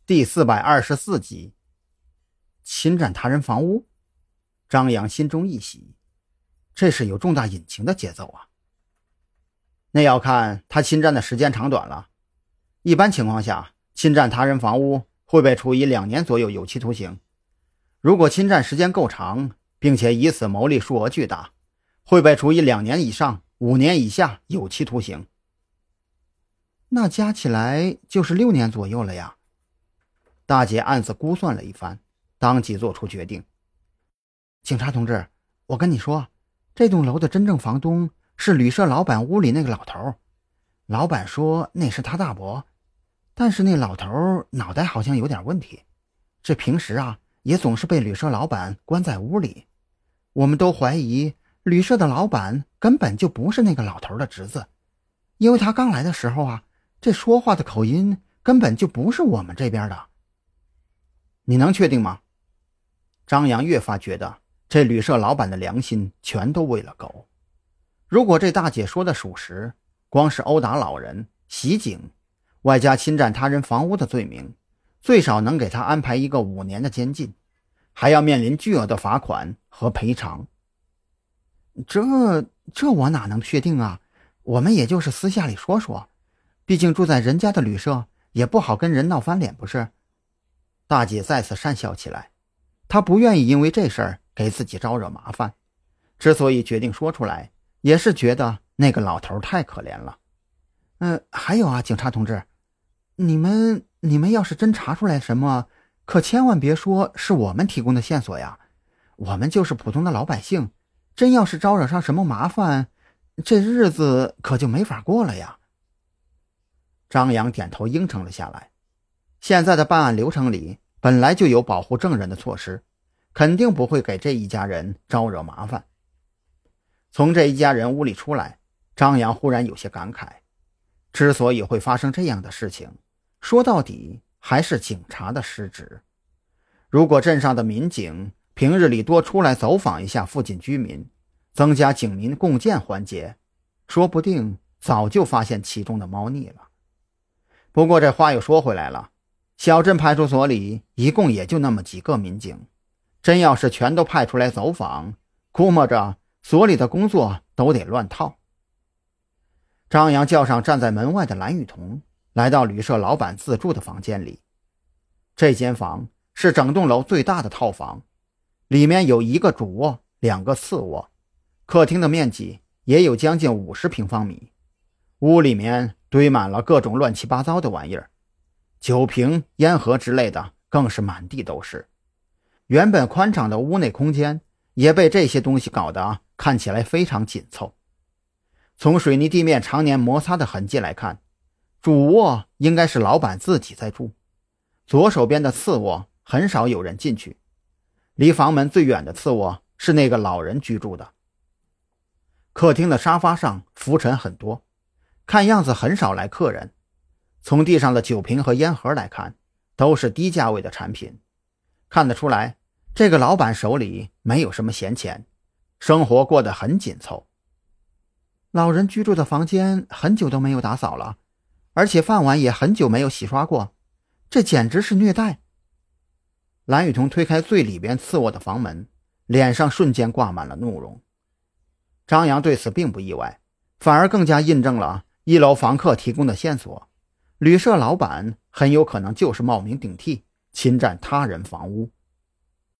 第424集。侵占他人房屋。张扬心中一喜，这是有重大隐情的节奏啊。那要看他侵占的时间长短了。一般情况下，侵占他人房屋会被处以2年左右有期徒刑。如果侵占时间够长，并且以此牟利数额巨大，会被处以2年以上5年以下有期徒刑。那加起来就是6年左右了呀。大姐暗自估算了一番，当即做出决定。警察同志，我跟你说，这栋楼的真正房东是旅社老板屋里那个老头。老板说那是他大伯，但是那老头脑袋好像有点问题，这平时也总是被旅社老板关在屋里。我们都怀疑旅社的老板根本就不是那个老头的侄子，因为他刚来的时候这说话的口音根本就不是我们这边的。你能确定吗？张扬越发觉得这旅社老板的良心全都喂了狗。如果这大姐说的属实，光是殴打老人、袭警，外加侵占他人房屋的罪名，最少能给他安排一个5年的监禁，还要面临巨额的罚款和赔偿。这我哪能确定啊？我们也就是私下里说说，毕竟住在人家的旅社，也不好跟人闹翻脸，不是？大姐再次讪笑起来，她不愿意因为这事儿给自己招惹麻烦，之所以决定说出来，也是觉得那个老头太可怜了。还有警察同志，你们要是真查出来什么，可千万别说是我们提供的线索呀。我们就是普通的老百姓，真要是招惹上什么麻烦，这日子可就没法过了呀。张扬点头应承了下来。现在的办案流程里本来就有保护证人的措施，肯定不会给这一家人招惹麻烦。从这一家人屋里出来，张扬忽然有些感慨，之所以会发生这样的事情，说到底还是警察的失职。如果镇上的民警平日里多出来走访一下附近居民，增加警民共建环节，说不定早就发现其中的猫腻了。不过这话又说回来了，小镇派出所里一共也就那么几个民警，真要是全都派出来走访，估摸着所里的工作都得乱套。张扬叫上站在门外的蓝雨桐，来到旅社老板自住的房间里。这间房是整栋楼最大的套房，里面有1个主卧，2个次卧，客厅的面积也有将近50平方米。屋里面堆满了各种乱七八糟的玩意儿，酒瓶、烟盒之类的更是满地都是。原本宽敞的屋内空间也被这些东西搞得看起来非常紧凑。从水泥地面常年摩擦的痕迹来看，主卧应该是老板自己在住，左手边的次卧很少有人进去，离房门最远的次卧是那个老人居住的。客厅的沙发上浮尘很多，看样子很少来客人。从地上的酒瓶和烟盒来看，都是低价位的产品，看得出来这个老板手里没有什么闲钱，生活过得很紧凑。老人居住的房间很久都没有打扫了，而且饭碗也很久没有洗刷过，这简直是虐待。蓝雨桐推开最里边次卧的房门，脸上瞬间挂满了怒容。张扬对此并不意外，反而更加印证了1楼房客提供的线索，旅社老板很有可能就是冒名顶替，侵占他人房屋。